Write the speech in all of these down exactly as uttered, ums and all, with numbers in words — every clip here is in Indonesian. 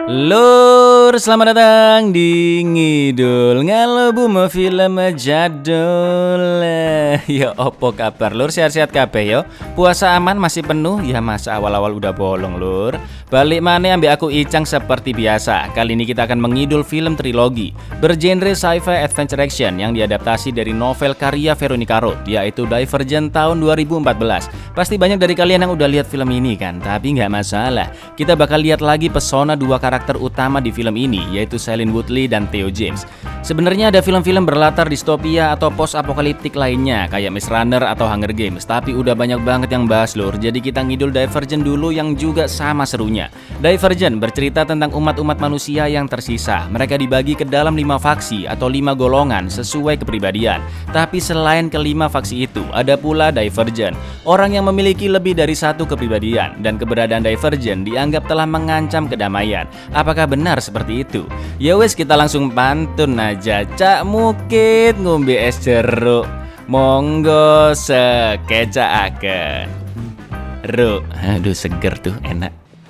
Lur, selamat datang di Ngidul Ngalobumo film jadul. Ya opo kabar lur, sehat-sehat kabeh yo. Puasa aman masih penuh ya, masa awal-awal udah bolong lur. Balik mana ambek aku Icang seperti biasa. Kali ini kita akan mengidul film trilogi bergenre sci-fi adventure action yang diadaptasi dari novel karya Veronica Roth, yaitu Divergent tahun dua ribu empat belas. Pasti banyak dari kalian yang udah lihat film ini kan, tapi nggak masalah. Kita bakal lihat lagi pesona dua karakter utama di film ini, yaitu Shailene Woodley dan Theo James. Sebenarnya ada film-film berlatar distopia atau post apokaliptik lainnya kayak Maze Runner atau Hunger Games, tapi udah banyak banget yang bahas lur. Jadi kita ngidul Divergent dulu yang juga sama serunya. Divergent bercerita tentang umat-umat manusia yang tersisa. Mereka dibagi ke dalam lima faksi atau lima golongan sesuai kepribadian. Tapi selain kelima faksi itu, ada pula Divergent, orang yang memiliki lebih dari satu kepribadian, dan keberadaan Divergent dianggap telah mengancam kedamaian. Apakah benar seperti itu? Ya wes, kita langsung pantun aja. Cak mukit ngombe es jeruk, monggo sekecaaken. Ru, aduh seger tuh, enak.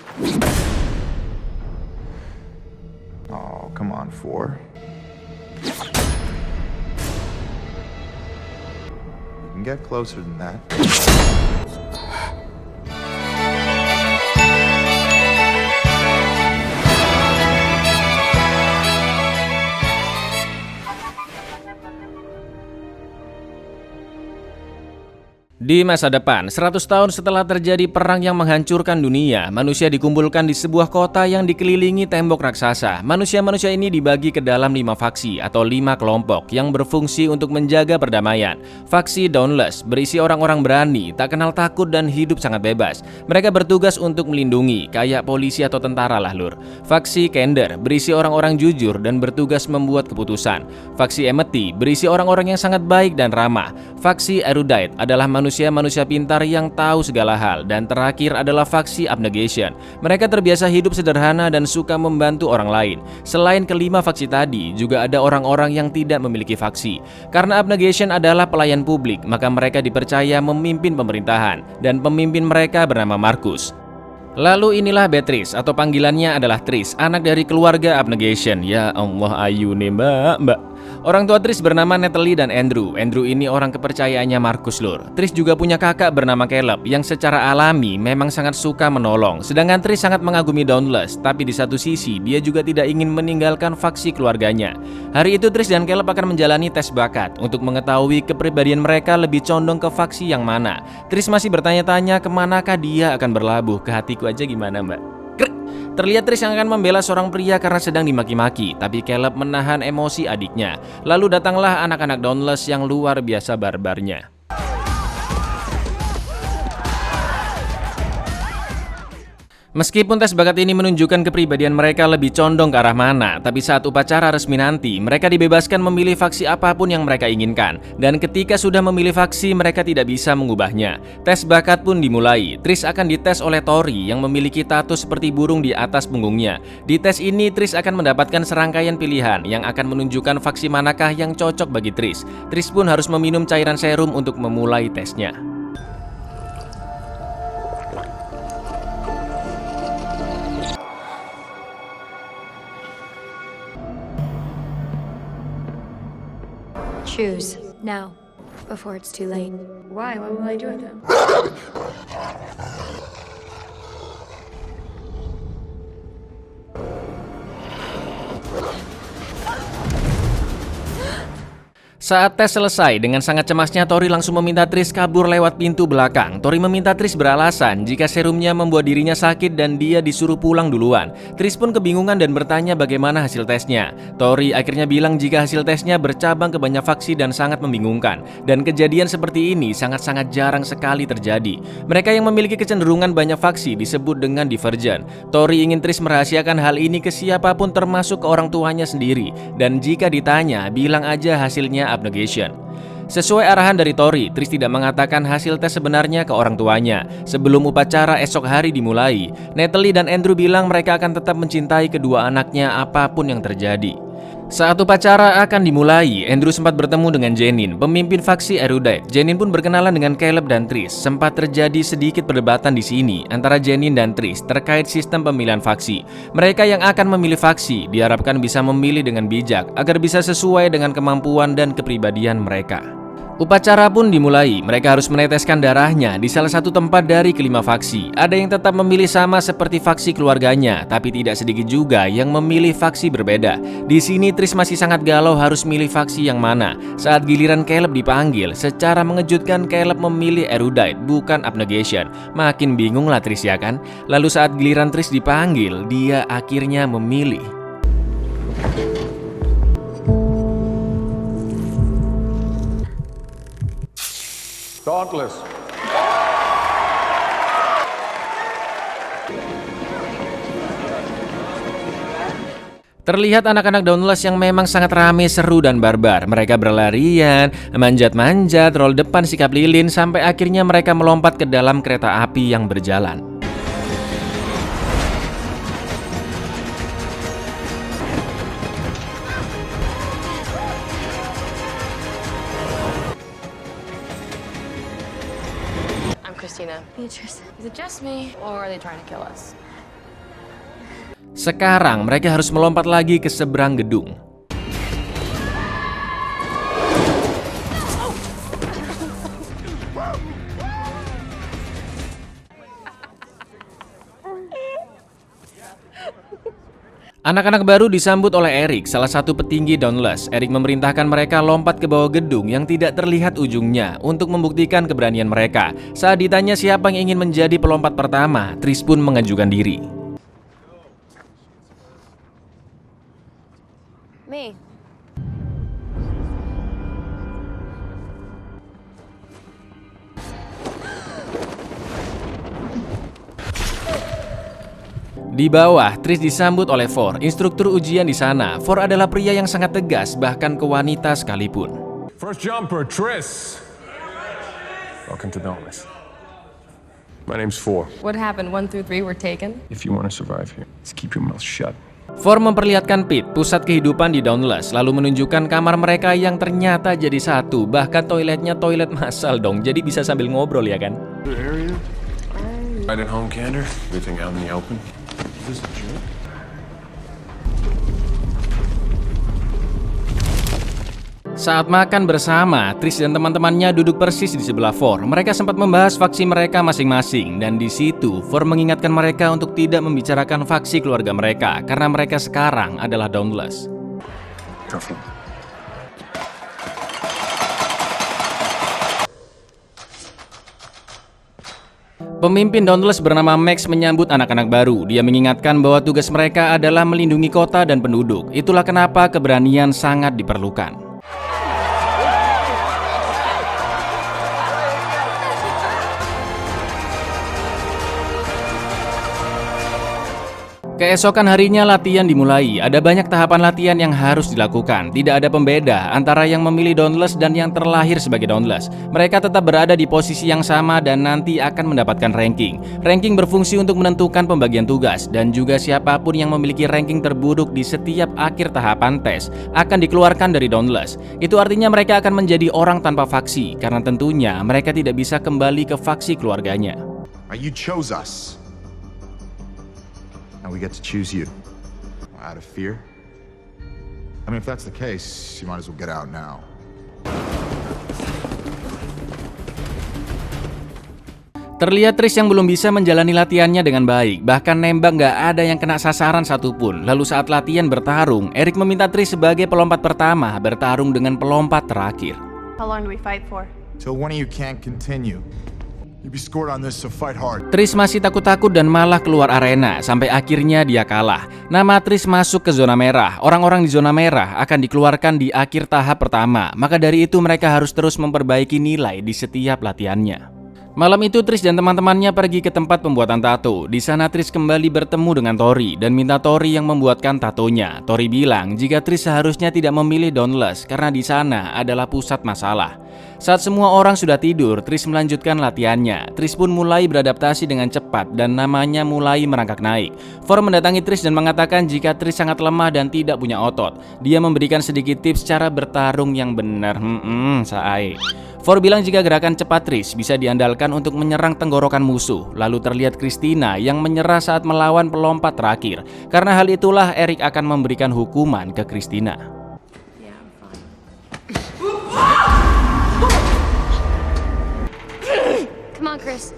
Oh, come on, four. You can get closer than that. Di masa depan, seratus tahun setelah terjadi perang yang menghancurkan dunia, manusia dikumpulkan di sebuah kota yang dikelilingi tembok raksasa. Manusia-manusia ini dibagi ke dalam lima faksi atau lima kelompok yang berfungsi untuk menjaga perdamaian. Faksi Dauntless berisi orang-orang berani, tak kenal takut dan hidup sangat bebas. Mereka bertugas untuk melindungi, kayak polisi atau tentara lah lur. Faksi Kender berisi orang-orang jujur dan bertugas membuat keputusan. Faksi Amity berisi orang-orang yang sangat baik dan ramah. Faksi Erudite adalah manusia manusia pintar yang tahu segala hal, dan terakhir adalah faksi Abnegation. Mereka terbiasa hidup sederhana dan suka membantu orang lain. Selain kelima faksi tadi, juga ada orang-orang yang tidak memiliki faksi. Karena Abnegation adalah pelayan publik, maka mereka dipercaya memimpin pemerintahan, dan pemimpin mereka bernama Marcus. Lalu inilah Beatrice, atau panggilannya adalah Tris, anak dari keluarga Abnegation. Ya Allah, ayu nih mbak, mbak. Orang tua Tris bernama Natalie dan Andrew. Andrew ini orang kepercayaannya Marcus lur. Tris juga punya kakak bernama Caleb yang secara alami memang sangat suka menolong. Sedangkan Tris sangat mengagumi Dauntless, tapi di satu sisi dia juga tidak ingin meninggalkan faksi keluarganya. Hari itu Tris dan Caleb akan menjalani tes bakat untuk mengetahui kepribadian mereka lebih condong ke faksi yang mana. Tris masih bertanya-tanya kemanakah dia akan berlabuh. Ke hatiku aja gimana mbak? Terlihat Tris yang akan membela seorang pria karena sedang dimaki-maki, tapi Caleb menahan emosi adiknya. Lalu datanglah anak-anak Dauntless yang luar biasa barbarnya. Meskipun tes bakat ini menunjukkan kepribadian mereka lebih condong ke arah mana, tapi saat upacara resmi nanti, mereka dibebaskan memilih faksi apapun yang mereka inginkan. Dan ketika sudah memilih faksi, mereka tidak bisa mengubahnya. Tes bakat pun dimulai. Tris akan dites oleh Tori yang memiliki tato seperti burung di atas punggungnya. Di tes ini, Tris akan mendapatkan serangkaian pilihan yang akan menunjukkan faksi manakah yang cocok bagi Tris. Tris pun harus meminum cairan serum untuk memulai tesnya. Choose now, before it's too late. Why? What will I do with him? Saat tes selesai, dengan sangat cemasnya Tori langsung meminta Tris kabur lewat pintu belakang. Tori meminta Tris beralasan jika serumnya membuat dirinya sakit dan dia disuruh pulang duluan. Tris pun kebingungan dan bertanya bagaimana hasil tesnya. Tori akhirnya bilang jika hasil tesnya bercabang ke banyak faksi dan sangat membingungkan. Dan kejadian seperti ini sangat-sangat jarang sekali terjadi. Mereka yang memiliki kecenderungan banyak faksi disebut dengan Divergent. Tori ingin Tris merahasiakan hal ini ke siapapun termasuk ke orang tuanya sendiri. Dan jika ditanya, bilang aja hasilnya Abnegation. Sesuai arahan dari Tori, Tris tidak mengatakan hasil tes sebenarnya ke orang tuanya. Sebelum upacara esok hari dimulai, Natalie dan Andrew bilang mereka akan tetap mencintai kedua anaknya apapun yang terjadi. Saat upacara akan dimulai, Andrew sempat bertemu dengan Jenin, pemimpin faksi Erudite. Jenin pun berkenalan dengan Caleb dan Trish. Sempat terjadi sedikit perdebatan di sini antara Jenin dan Trish terkait sistem pemilihan faksi. Mereka yang akan memilih faksi diharapkan bisa memilih dengan bijak agar bisa sesuai dengan kemampuan dan kepribadian mereka. Upacara pun dimulai, mereka harus meneteskan darahnya di salah satu tempat dari kelima faksi. Ada yang tetap memilih sama seperti faksi keluarganya, tapi tidak sedikit juga yang memilih faksi berbeda. Di sini Trish masih sangat galau harus milih faksi yang mana. Saat giliran Caleb dipanggil, secara mengejutkan Caleb memilih Erudite, bukan Abnegation. Makin bingung lah Trish ya kan? Lalu saat giliran Trish dipanggil, dia akhirnya memilih Dauntless. Terlihat anak-anak Dauntless yang memang sangat ramai, seru dan barbar. Mereka berlarian, manjat-manjat, roll depan sikap lilin, sampai akhirnya mereka melompat ke dalam kereta api yang berjalan. Christina. Beatrice. Is it just me, or are they trying to kill us? Sekarang mereka harus melompat lagi ke seberang gedung. Anak-anak baru disambut oleh Eric, salah satu petinggi Dauntless. Eric memerintahkan mereka lompat ke bawah gedung yang tidak terlihat ujungnya untuk membuktikan keberanian mereka. Saat ditanya siapa yang ingin menjadi pelompat pertama, Trish pun mengajukan diri. Me. Di bawah, Trish disambut oleh Four, instruktur ujian di sana. Four adalah pria yang sangat tegas, bahkan ke wanita sekalipun. First jumper, Triss. Welcome to Dauntless. My name's Four. What happened? One through three were taken? If you want to survive here, just keep your mouth shut. Four memperlihatkan Pit, pusat kehidupan di Dauntless, lalu menunjukkan kamar mereka yang ternyata jadi satu. Bahkan toiletnya toilet massal dong, jadi bisa sambil ngobrol ya kan? Right at home, Candor. Everything out in the open. Is this a joke? Saat makan bersama, Trish dan teman-temannya duduk persis di sebelah Four. Mereka sempat membahas faksi mereka masing-masing, dan di situ Four mengingatkan mereka untuk tidak membicarakan faksi keluarga mereka karena mereka sekarang adalah Dauntless. Careful. Pemimpin Dauntless bernama Max menyambut anak-anak baru. Dia mengingatkan bahwa tugas mereka adalah melindungi kota dan penduduk. Itulah kenapa keberanian sangat diperlukan. Keesokan harinya latihan dimulai. Ada banyak tahapan latihan yang harus dilakukan. Tidak ada pembeda antara yang memilih Dauntless dan yang terlahir sebagai Dauntless. Mereka tetap berada di posisi yang sama dan nanti akan mendapatkan ranking. Ranking berfungsi untuk menentukan pembagian tugas, dan juga siapapun yang memiliki ranking terburuk di setiap akhir tahapan tes akan dikeluarkan dari Dauntless. Itu artinya mereka akan menjadi orang tanpa faksi, karena tentunya mereka tidak bisa kembali ke faksi keluarganya. You chose us. Now we get to choose you. Out of fear? I mean, if that's the case, you might as well get out now. Terlihat Trish yang belum bisa menjalani latihannya dengan baik. Bahkan nembak nggak ada yang kena sasaran satupun. Lalu saat latihan bertarung, Eric meminta Trish sebagai pelompat pertama bertarung dengan pelompat terakhir. How long do we fight for? Till one of you can't continue. You be scored on this, so fight hard. Trish masih takut-takut dan malah keluar arena. Sampai akhirnya dia kalah. Nama Trish masuk ke zona merah. Orang-orang di zona merah akan dikeluarkan di akhir tahap pertama. Maka dari itu mereka harus terus memperbaiki nilai di setiap latihannya. Malam itu Tris dan teman-temannya pergi ke tempat pembuatan tato. Di sana Tris kembali bertemu dengan Tori dan minta Tori yang membuatkan tatonya. Tori bilang jika Tris seharusnya tidak memilih Dauntless karena di sana adalah pusat masalah. Saat semua orang sudah tidur, Tris melanjutkan latihannya. Tris pun mulai beradaptasi dengan cepat dan namanya mulai merangkak naik. For mendatangi Tris dan mengatakan jika Tris sangat lemah dan tidak punya otot. Dia memberikan sedikit tips cara bertarung yang benar. Hmm, sae. For bilang jika gerakan cepat Tris bisa diandalkan untuk menyerang tenggorokan musuh. Lalu terlihat Christina yang menyerah saat melawan pelompat terakhir. Karena hal itulah Eric akan memberikan hukuman ke Christina. Come on, Chris.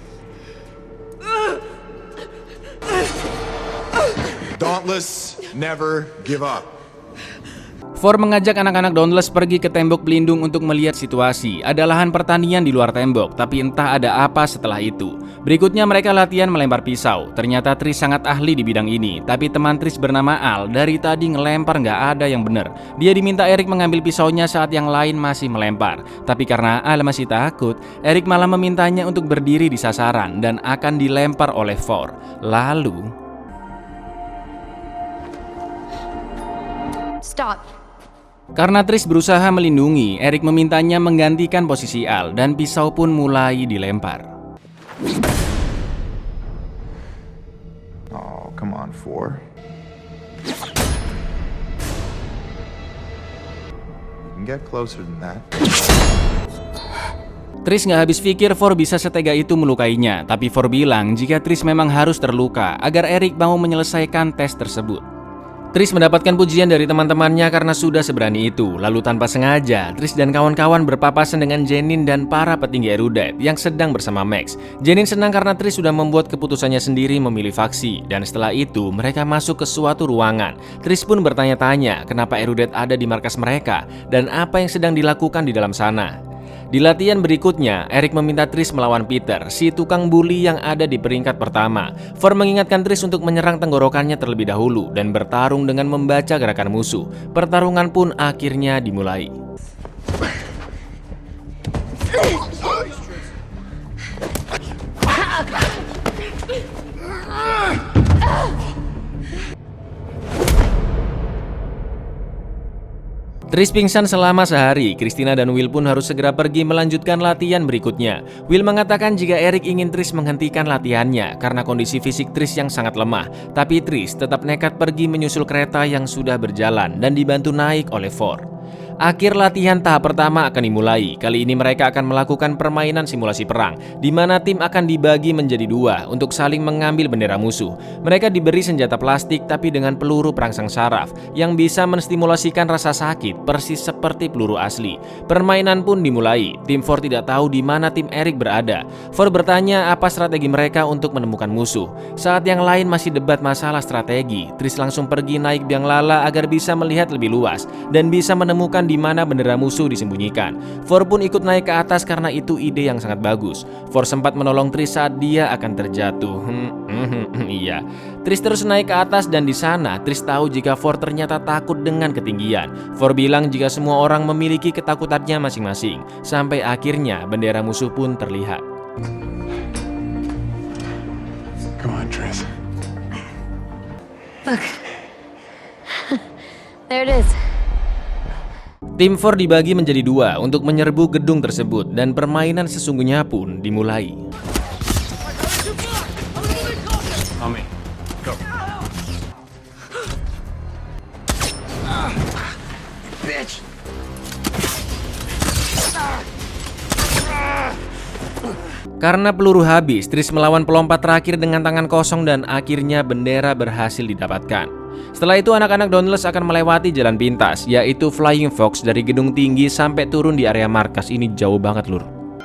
Dauntless, never give up. For mengajak anak-anak Dauntless pergi ke tembok pelindung untuk melihat situasi. Ada lahan pertanian di luar tembok, tapi entah ada apa setelah itu. Berikutnya mereka latihan melempar pisau. Ternyata Tris sangat ahli di bidang ini, tapi teman Tris bernama Al dari tadi ngelempar nggak ada yang bener. Dia diminta Eric mengambil pisaunya saat yang lain masih melempar. Tapi karena Al masih takut, Eric malah memintanya untuk berdiri di sasaran dan akan dilempar oleh For. Lalu... Stop. Karena Tris berusaha melindungi, Eric memintanya menggantikan posisi Al dan pisau pun mulai dilempar. Oh, come on, four. You can get closer than that. Tris nggak habis pikir For bisa setega itu melukainya, tapi For bilang jika Tris memang harus terluka agar Eric mau menyelesaikan tes tersebut. Tris mendapatkan pujian dari teman-temannya karena sudah seberani itu. Lalu tanpa sengaja, Tris dan kawan-kawan berpapasan dengan Jenin dan para petinggi erudite yang sedang bersama Max. Jenin senang karena Tris sudah membuat keputusannya sendiri memilih faksi. Dan setelah itu, mereka masuk ke suatu ruangan. Tris pun bertanya-tanya kenapa erudite ada di markas mereka dan apa yang sedang dilakukan di dalam sana. Di latihan berikutnya, Eric meminta Tris melawan Peter, si tukang bully yang ada di peringkat pertama. For mengingatkan Tris untuk menyerang tenggorokannya terlebih dahulu dan bertarung dengan membaca gerakan musuh. Pertarungan pun akhirnya dimulai. Tris pingsan selama sehari. Christina dan Will pun harus segera pergi melanjutkan latihan berikutnya. Will mengatakan jika Eric ingin Tris menghentikan latihannya karena kondisi fisik Tris yang sangat lemah. Tapi Tris tetap nekat pergi menyusul kereta yang sudah berjalan dan dibantu naik oleh For. Akhir latihan tahap pertama akan dimulai. Kali ini mereka akan melakukan permainan simulasi perang, di mana tim akan dibagi menjadi dua untuk saling mengambil bendera musuh. Mereka diberi senjata plastik tapi dengan peluru perangsang saraf yang bisa menstimulasikan rasa sakit persis seperti peluru asli. Permainan pun dimulai. Tim For tidak tahu di mana tim Eric berada. For bertanya apa strategi mereka untuk menemukan musuh. Saat yang lain masih debat masalah strategi, Tris langsung pergi naik biang lala agar bisa melihat lebih luas dan bisa menemukan di mana bendera musuh disembunyikan. For pun ikut naik ke atas karena itu ide yang sangat bagus. For sempat menolong Tris saat dia akan terjatuh. Hmm, hmm, hmm, iya. Tris terus naik ke atas dan di sana Tris tahu jika For ternyata takut dengan ketinggian. For bilang jika semua orang memiliki ketakutannya masing-masing. Sampai akhirnya bendera musuh pun terlihat. Come on, Tris. Look. There it is. Tim For dibagi menjadi dua untuk menyerbu gedung tersebut dan permainan sesungguhnya pun dimulai. On me. Go. Bitch! Karena peluru habis, Tris melawan pelompat terakhir dengan tangan kosong dan akhirnya bendera berhasil didapatkan. Setelah itu anak-anak Dauntless akan melewati jalan pintas, yaitu Flying Fox dari gedung tinggi sampai turun di area markas. Ini jauh banget lur.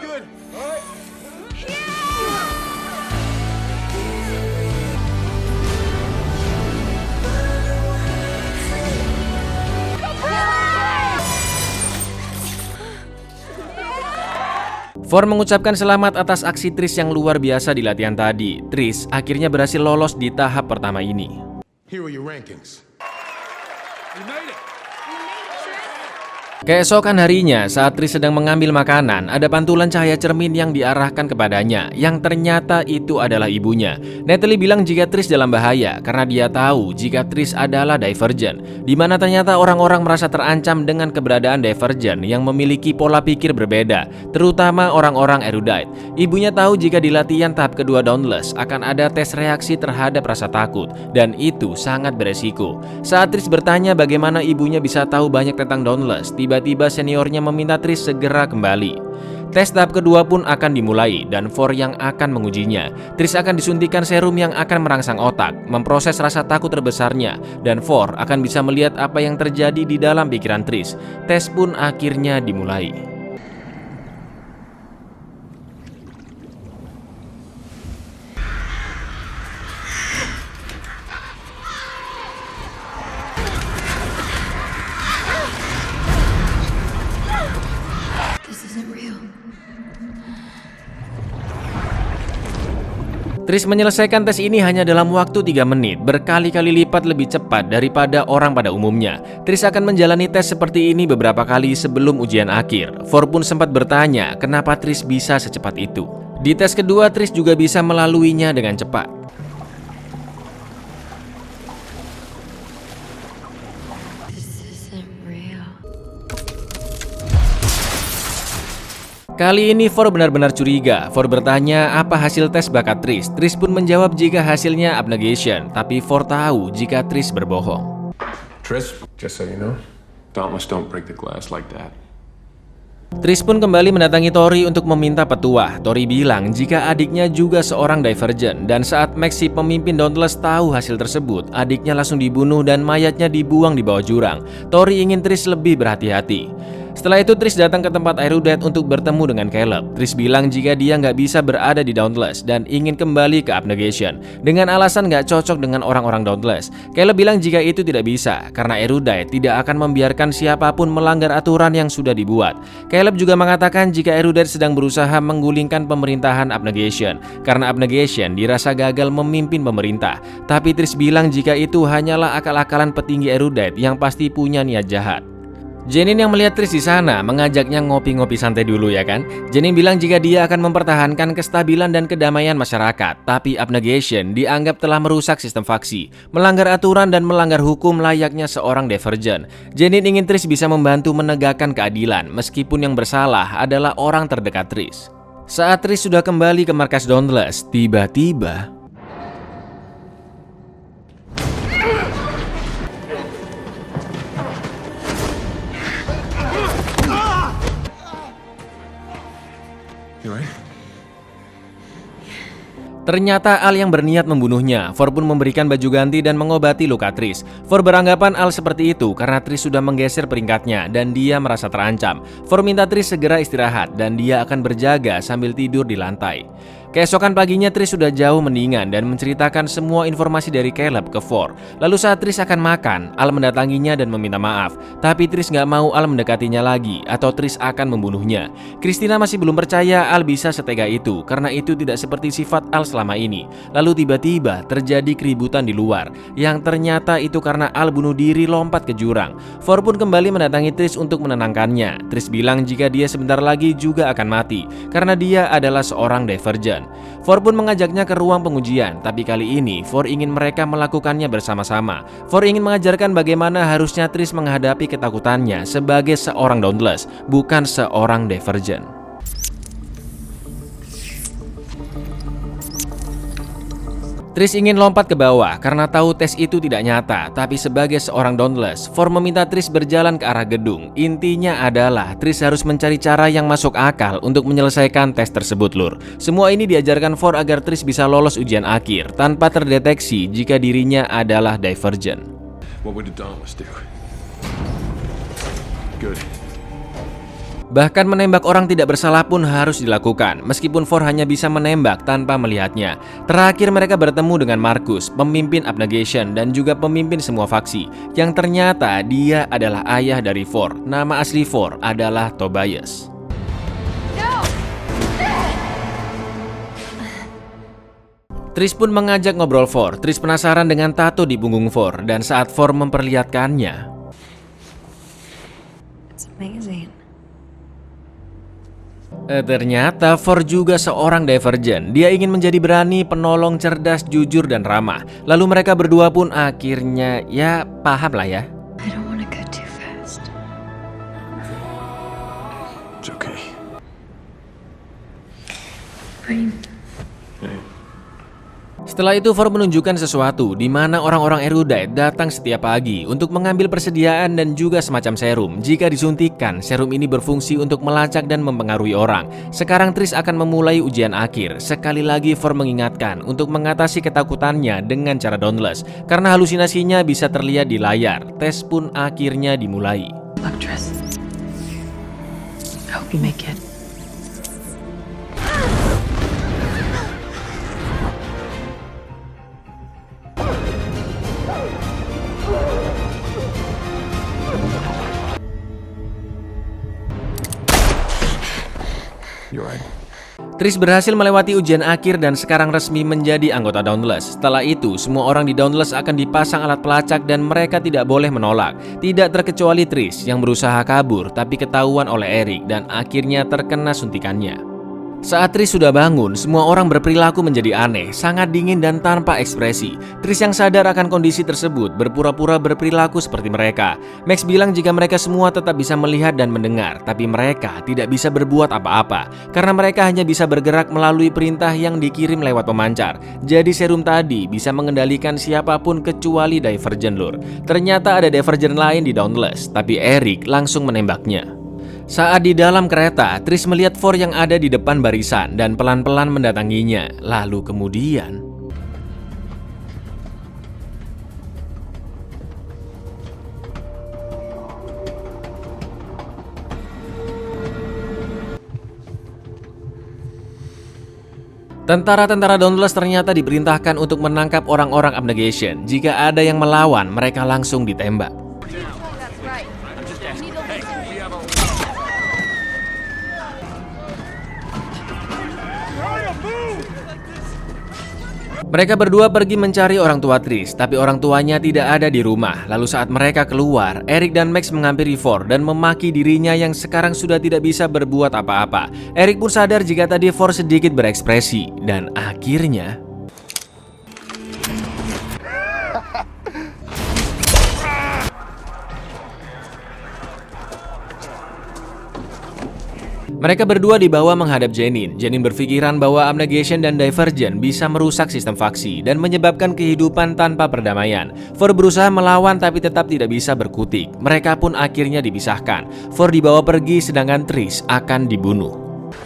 For mengucapkan selamat atas aksi Tris yang luar biasa di latihan tadi. Tris akhirnya berhasil lolos di tahap pertama ini. Here are your rankings. Keesokan harinya, saat Tris sedang mengambil makanan, ada pantulan cahaya cermin yang diarahkan kepadanya, yang ternyata itu adalah ibunya. Natalie bilang jika Tris dalam bahaya, karena dia tahu jika Tris adalah Divergent, di mana ternyata orang-orang merasa terancam dengan keberadaan Divergent yang memiliki pola pikir berbeda, terutama orang-orang erudite. Ibunya tahu jika di latihan tahap kedua Dauntless akan ada tes reaksi terhadap rasa takut, dan itu sangat beresiko. Saat Tris bertanya bagaimana ibunya bisa tahu banyak tentang Dauntless, tiba-tiba seniornya meminta Tris segera kembali. Tes tahap kedua pun akan dimulai dan For yang akan mengujinya. Tris akan disuntikan serum yang akan merangsang otak, memproses rasa takut terbesarnya, dan For akan bisa melihat apa yang terjadi di dalam pikiran Tris. Tes pun akhirnya dimulai. Tris menyelesaikan tes ini hanya dalam waktu tiga menit, berkali-kali lipat lebih cepat daripada orang pada umumnya. Tris akan menjalani tes seperti ini beberapa kali sebelum ujian akhir. For pun sempat bertanya kenapa Tris bisa secepat itu. Di tes kedua, Tris juga bisa melaluinya dengan cepat. Kali ini For benar-benar curiga. For bertanya apa hasil tes bakat Tris. Tris pun menjawab jika hasilnya abnegation, tapi For tahu jika Tris berbohong. Tris, just so you know, Dauntless don't break the glass like that. Tris pun kembali mendatangi Tori untuk meminta petuah. Tori bilang jika adiknya juga seorang Divergent, dan saat Max si pemimpin Dauntless tahu hasil tersebut, adiknya langsung dibunuh dan mayatnya dibuang di bawah jurang. Tori ingin Tris lebih berhati-hati. Setelah itu Tris datang ke tempat erudite untuk bertemu dengan Caleb. Tris bilang jika dia nggak bisa berada di Dauntless dan ingin kembali ke abnegation dengan alasan nggak cocok dengan orang-orang Dauntless. Caleb bilang jika itu tidak bisa karena erudite tidak akan membiarkan siapapun melanggar aturan yang sudah dibuat. Caleb juga mengatakan jika erudite sedang berusaha menggulingkan pemerintahan abnegation karena abnegation dirasa gagal memimpin pemerintah. Tapi Tris bilang jika itu hanyalah akal-akalan petinggi erudite yang pasti punya niat jahat. Jenin yang melihat Tris di sana mengajaknya ngopi-ngopi santai dulu ya kan. Jenin bilang jika dia akan mempertahankan kestabilan dan kedamaian masyarakat, tapi abnegation dianggap telah merusak sistem faksi, melanggar aturan dan melanggar hukum layaknya seorang Divergent. Jenin ingin Tris bisa membantu menegakkan keadilan meskipun yang bersalah adalah orang terdekat Tris. Saat Tris sudah kembali ke markas Dauntless, tiba-tiba ternyata Al yang berniat membunuhnya. For pun memberikan baju ganti dan mengobati luka Tris. For beranggapan Al seperti itu karena Tris sudah menggeser peringkatnya dan dia merasa terancam. For minta Tris segera istirahat dan dia akan berjaga sambil tidur di lantai. Keesokan paginya Tris sudah jauh mendingan dan menceritakan semua informasi dari Caleb ke For. Lalu saat Tris akan makan, Al mendatanginya dan meminta maaf. Tapi Tris nggak mau Al mendekatinya lagi atau Tris akan membunuhnya. Christina masih belum percaya Al bisa setega itu karena itu tidak seperti sifat Al selama ini. Lalu tiba-tiba terjadi keributan di luar yang ternyata itu karena Al bunuh diri lompat ke jurang. For pun kembali mendatangi Tris untuk menenangkannya. Tris bilang jika dia sebentar lagi juga akan mati karena dia adalah seorang Divergent. For pun mengajaknya ke ruang pengujian, tapi kali ini For ingin mereka melakukannya bersama-sama. For ingin mengajarkan bagaimana harusnya Tris menghadapi ketakutannya sebagai seorang Dauntless, bukan seorang Divergent. Tris ingin lompat ke bawah karena tahu tes itu tidak nyata, tapi sebagai seorang Dauntless, For meminta Tris berjalan ke arah gedung. Intinya adalah Tris harus mencari cara yang masuk akal untuk menyelesaikan tes tersebut, lur. Semua ini diajarkan For agar Tris bisa lolos ujian akhir tanpa terdeteksi jika dirinya adalah Divergent. What would the Dauntless do? Good. Bahkan menembak orang tidak bersalah pun harus dilakukan, meskipun For hanya bisa menembak tanpa melihatnya. Terakhir mereka bertemu dengan Marcus, pemimpin abnegation dan juga pemimpin semua faksi, yang ternyata dia adalah ayah dari For. Nama asli For adalah Tobias. Tris pun mengajak ngobrol For. Tris penasaran dengan tato di punggung For, dan saat For memperlihatkannya, amazing. Eh, ternyata For juga seorang Divergent. Dia ingin menjadi berani, penolong, cerdas, jujur, dan ramah. Lalu mereka berdua pun akhirnya ya paham lah ya. I don't want to go too fast. It's okay. Brain. Hey. Setelah itu For menunjukkan sesuatu di mana orang-orang erudite datang setiap pagi untuk mengambil persediaan dan juga semacam serum. Jika disuntikkan, serum ini berfungsi untuk melacak dan mempengaruhi orang. Sekarang Trish akan memulai ujian akhir. Sekali lagi For mengingatkan untuk mengatasi ketakutannya dengan cara Dauntless, karena halusinasinya bisa terlihat di layar. Tes pun akhirnya dimulai. Look, Trish. I hope you make it. You're right. Trish berhasil melewati ujian akhir dan sekarang resmi menjadi anggota Dauntless. Setelah itu, semua orang di Dauntless akan dipasang alat pelacak dan mereka tidak boleh menolak. Tidak terkecuali Trish yang berusaha kabur tapi ketahuan oleh Eric dan akhirnya terkena suntikannya. Saat Trish sudah bangun, semua orang berperilaku menjadi aneh, sangat dingin dan tanpa ekspresi. Trish yang sadar akan kondisi tersebut berpura-pura berperilaku seperti mereka. Max bilang jika mereka semua tetap bisa melihat dan mendengar, tapi mereka tidak bisa berbuat apa-apa karena mereka hanya bisa bergerak melalui perintah yang dikirim lewat pemancar. Jadi serum tadi bisa mengendalikan siapapun kecuali Divergent Lur. Ternyata ada Divergent lain di Dauntless, tapi Eric langsung menembaknya. Saat di dalam kereta, Trish melihat For yang ada di depan barisan dan pelan-pelan mendatanginya. Lalu kemudian tentara-tentara Dauntless ternyata diperintahkan untuk menangkap orang-orang Abnegation. Jika ada yang melawan, mereka langsung ditembak. Mereka berdua pergi mencari orang tua Trish, tapi orang tuanya tidak ada di rumah. Lalu saat mereka keluar, Eric dan Max menghampiri For dan memaki dirinya yang sekarang sudah tidak bisa berbuat apa-apa. Eric pun sadar jika tadi For sedikit berekspresi, dan akhirnya mereka berdua dibawa menghadap Janine. Janine berpikiran bahwa Abnegation dan Divergent bisa merusak sistem faksi dan menyebabkan kehidupan tanpa perdamaian. For berusaha melawan tapi tetap tidak bisa berkutik. Mereka pun akhirnya dipisahkan. For dibawa pergi sedangkan Trish akan dibunuh.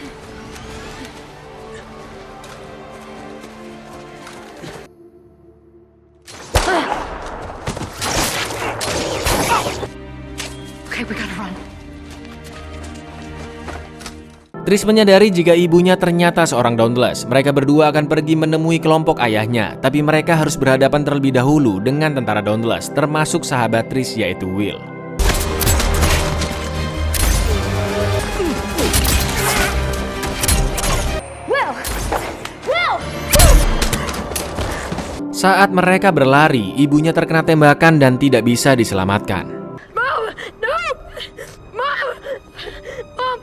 Okay, we gotta run. Trish menyadari jika ibunya ternyata seorang Dauntless. Mereka berdua akan pergi menemui kelompok ayahnya, tapi mereka harus berhadapan terlebih dahulu dengan tentara Dauntless, termasuk sahabat Trish yaitu Will. Will! Will! Saat mereka berlari, ibunya terkena tembakan dan tidak bisa diselamatkan. Mom! No! Mom! Mom!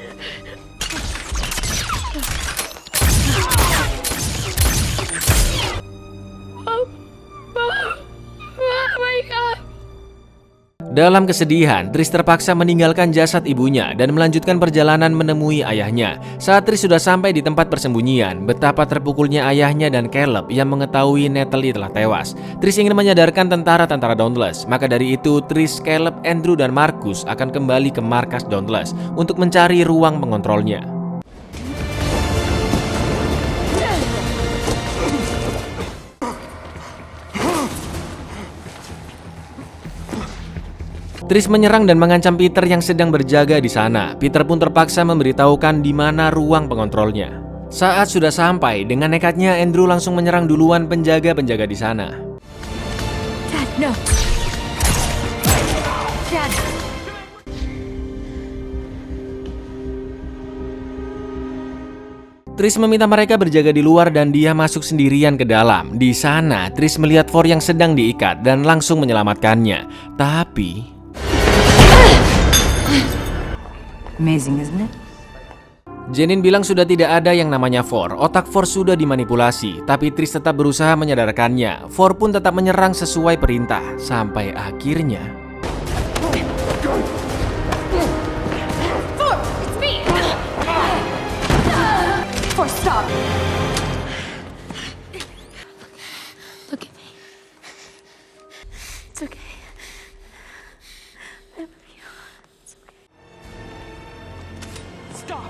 Dalam kesedihan, Trish terpaksa meninggalkan jasad ibunya dan melanjutkan perjalanan menemui ayahnya. Saat Trish sudah sampai di tempat persembunyian, betapa terpukulnya ayahnya dan Caleb yang mengetahui Natalie telah tewas. Trish ingin menyadarkan tentara-tentara Dauntless. Maka dari itu, Trish, Caleb, Andrew, dan Marcus akan kembali ke markas Dauntless untuk mencari ruang pengontrolnya. Trish menyerang dan mengancam Peter yang sedang berjaga di sana. Peter pun terpaksa memberitahukan di mana ruang pengontrolnya. Saat sudah sampai, dengan nekatnya Andrew langsung menyerang duluan penjaga-penjaga di sana. Dad, no. Dad. Trish meminta mereka berjaga di luar dan dia masuk sendirian ke dalam. Di sana, Trish melihat For yang sedang diikat dan langsung menyelamatkannya. Tapi Amazing, isn't it? Janine bilang sudah tidak ada yang namanya Four, otak Four sudah dimanipulasi, tapi Tris tetap berusaha menyadarkannya. Four pun tetap menyerang sesuai perintah, sampai akhirnya... Four, it's me. Four, stop. Look at me. It's okay. I love you. It's okay. Stop.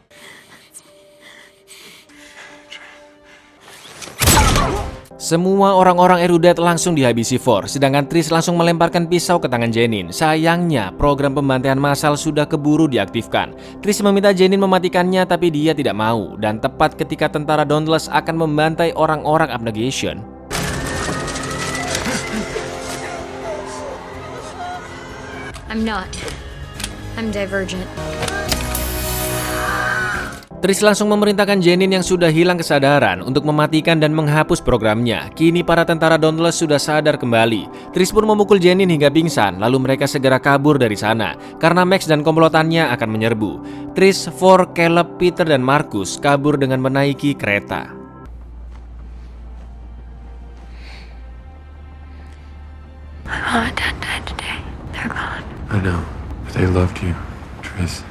Semua orang-orang erudet langsung dihabisi Four, sedangkan Tris langsung melemparkan pisau ke tangan Janine. Sayangnya, program pembantaian massal sudah keburu diaktifkan. Tris meminta Janine mematikannya, tapi dia tidak mau. Dan tepat ketika tentara Dauntless akan membantai orang-orang Abnegation, I'm not. I'm divergent. Tris langsung memerintahkan Janine yang sudah hilang kesadaran untuk mematikan dan menghapus programnya. Kini para tentara Dauntless sudah sadar kembali. Tris pun memukul Janine hingga pingsan, lalu mereka segera kabur dari sana karena Max dan komplotannya akan menyerbu. Tris, Four, Caleb, Peter, dan Marcus kabur dengan menaiki kereta. My mom and dad died today. They're gone. I know, but they loved you, Tris.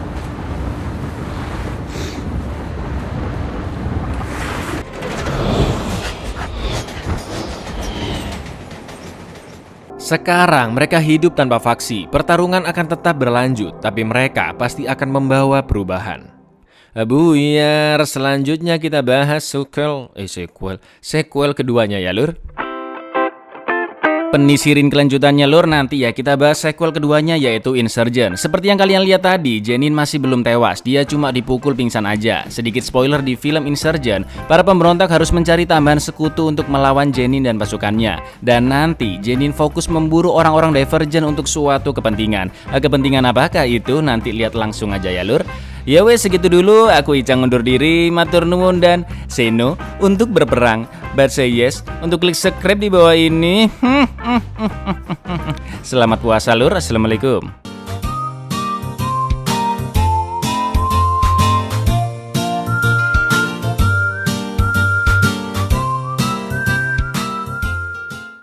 Sekarang mereka hidup tanpa faksi. Pertarungan akan tetap berlanjut, tapi mereka pasti akan membawa perubahan. Buyar, selanjutnya kita bahas sequel, eh sequel, sequel keduanya ya lur. Penisirin kelanjutannya lur, nanti ya kita bahas sequel keduanya yaitu Insurgent. Seperti yang kalian lihat tadi, Janine masih belum tewas, dia cuma dipukul pingsan aja. Sedikit spoiler di film Insurgent, para pemberontak harus mencari tambahan sekutu untuk melawan Janine dan pasukannya. Dan nanti Janine fokus memburu orang-orang Divergent untuk suatu kepentingan. Kepentingan apakah itu? Nanti lihat langsung aja ya lur. Ya wes, segitu dulu, aku Icang undur diri, matur nuwun dan say no untuk berperang, but say yes untuk klik subscribe di bawah ini. Selamat puasa lur, assalamualaikum.